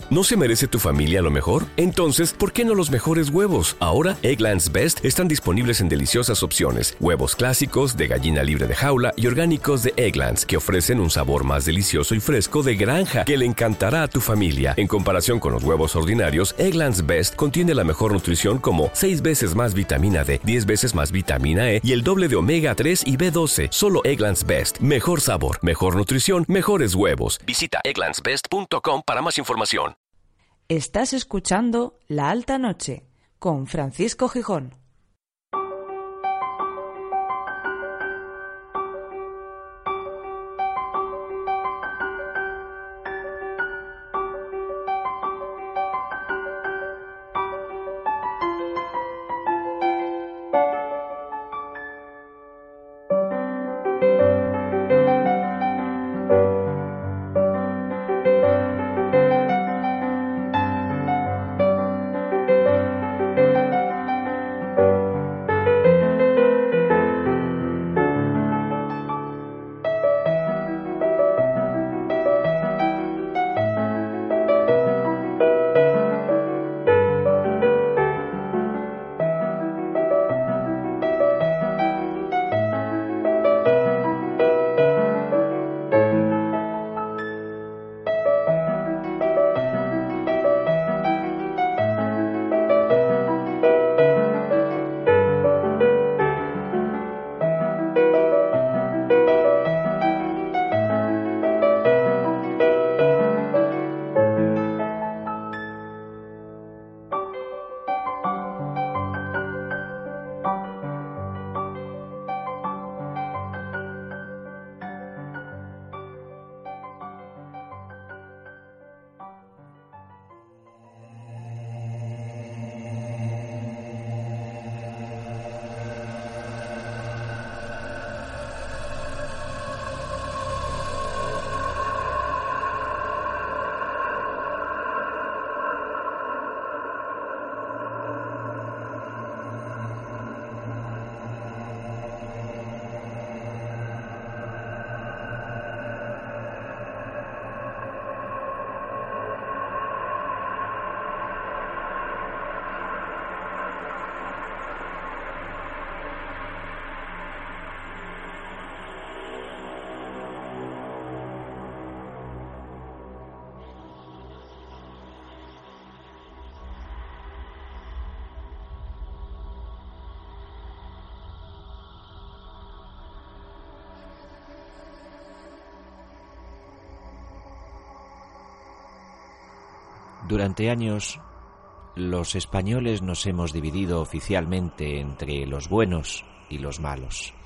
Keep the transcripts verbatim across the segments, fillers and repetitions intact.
¿No se merece tu familia lo mejor? Entonces, ¿por qué no los mejores huevos? Ahora, Eggland's Best están disponibles en deliciosas opciones. Huevos clásicos, de gallina libre de jaula y orgánicos de Eggland's, que ofrecen un sabor más delicioso y fresco de granja que le encantará a tu familia. En comparación con los huevos ordinarios, Eggland's Best contiene la mejor nutrición como seis veces más vitamina D, diez veces más vitamina E y el doble de omega tres y B doce. Solo Eggland's Best. Mejor sabor, mejor nutrición, mejores huevos. Visita egglands best punto com para más información. Estás escuchando La Alta Noche con Francisco Gijón. Durante años, los españoles nos hemos dividido oficialmente entre los buenos y los malos.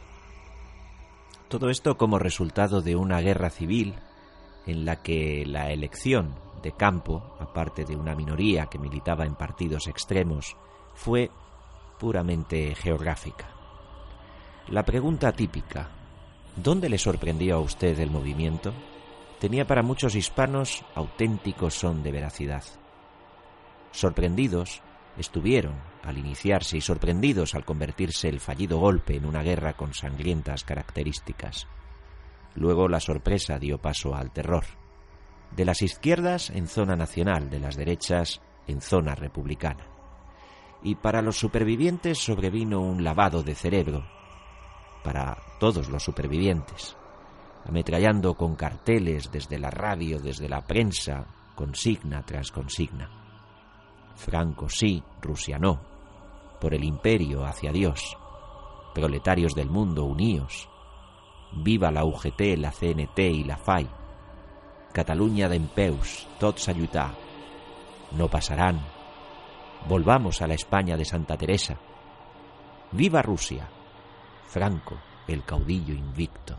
Todo esto como resultado de una guerra civil en la que la elección de campo, aparte de una minoría que militaba en partidos extremos, fue puramente geográfica. La pregunta típica, ¿dónde le sorprendió a usted el movimiento?, tenía para muchos hispanos auténtico son de veracidad. Sorprendidos estuvieron al iniciarse y sorprendidos al convertirse el fallido golpe en una guerra con sangrientas características. Luego la sorpresa dio paso al terror. De las izquierdas en zona nacional, de las derechas en zona republicana. Y para los supervivientes sobrevino un lavado de cerebro. Para todos los supervivientes. Ametrallando con carteles desde la radio, desde la prensa, consigna tras consigna. Franco sí, Rusia no. Por el imperio hacia Dios. Proletarios del mundo, uníos. Viva la U G T, la C N T y la F A I. Cataluña dempeus, tots a lluitar. No pasarán. Volvamos a la España de Santa Teresa. Viva Rusia. Franco, el caudillo invicto.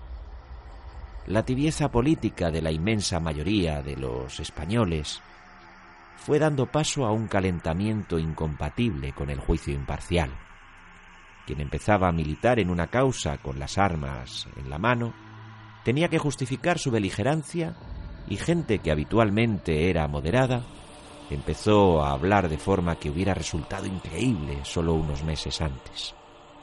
La tibieza política de la inmensa mayoría de los españoles fue dando paso a un calentamiento incompatible con el juicio imparcial. Quien empezaba a militar en una causa con las armas en la mano tenía que justificar su beligerancia y gente que habitualmente era moderada empezó a hablar de forma que hubiera resultado increíble solo unos meses antes.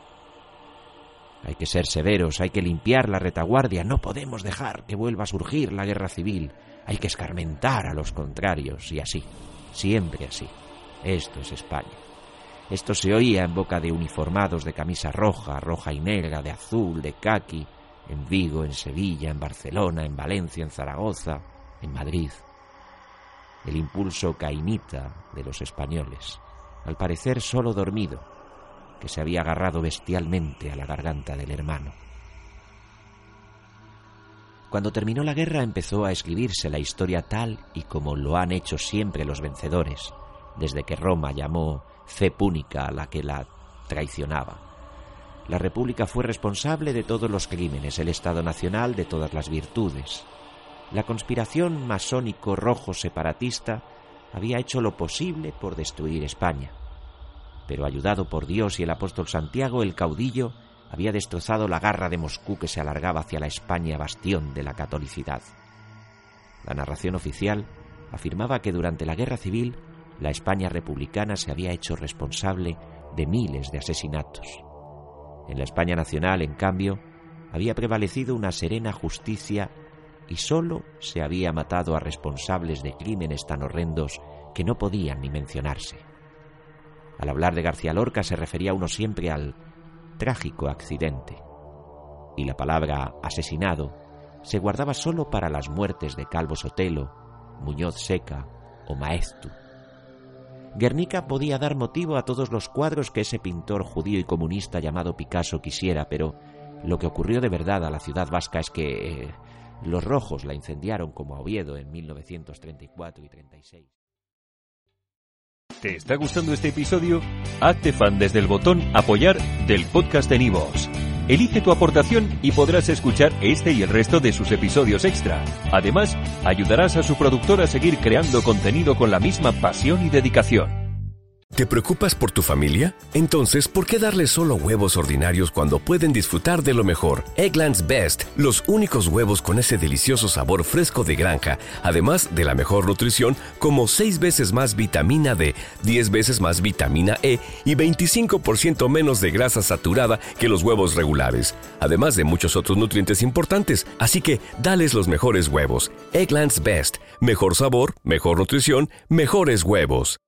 Hay que ser severos, hay que limpiar la retaguardia, no podemos dejar que vuelva a surgir la guerra civil. Hay que escarmentar a los contrarios, y así, siempre así. Esto es España. Esto se oía en boca de uniformados de camisa roja, roja y negra, de azul, de caqui, en Vigo, en Sevilla, en Barcelona, en Valencia, en Zaragoza, en Madrid. El impulso cainita de los españoles, al parecer solo dormido, que se había agarrado bestialmente a la garganta del hermano. Cuando terminó la guerra empezó a escribirse la historia tal y como lo han hecho siempre los vencedores, desde que Roma llamó fe púnica a la que la traicionaba. La República fue responsable de todos los crímenes, el Estado Nacional de todas las virtudes. La conspiración masónico rojo separatista había hecho lo posible por destruir España. Pero ayudado por Dios y el apóstol Santiago, el caudillo había destrozado la garra de Moscú que se alargaba hacia la España bastión de la catolicidad. La narración oficial afirmaba que durante la guerra civil la España republicana se había hecho responsable de miles de asesinatos. En la España nacional, en cambio, había prevalecido una serena justicia y sólo se había matado a responsables de crímenes tan horrendos que no podían ni mencionarse. Al hablar de García Lorca se refería uno siempre al trágico accidente, y la palabra asesinado se guardaba sólo para las muertes de Calvo Sotelo, Muñoz Seca o Maeztu. Guernica podía dar motivo a todos los cuadros que ese pintor judío y comunista llamado Picasso quisiera, pero lo que ocurrió de verdad a la ciudad vasca es que eh, los rojos la incendiaron como a Oviedo en mil novecientos treinta y cuatro y treinta y seis. ¿Te está gustando este episodio? Hazte fan desde el botón Apoyar del podcast de Nivos. Elige tu aportación y podrás escuchar este y el resto de sus episodios extra. Además, ayudarás a su productor a seguir creando contenido con la misma pasión y dedicación. ¿Te preocupas por tu familia? Entonces, ¿por qué darles solo huevos ordinarios cuando pueden disfrutar de lo mejor? Eggland's Best, los únicos huevos con ese delicioso sabor fresco de granja, además de la mejor nutrición, como seis veces más vitamina D, diez veces más vitamina E y veinticinco por ciento menos de grasa saturada que los huevos regulares, además de muchos otros nutrientes importantes. Así que, dales los mejores huevos. Eggland's Best, mejor sabor, mejor nutrición, mejores huevos.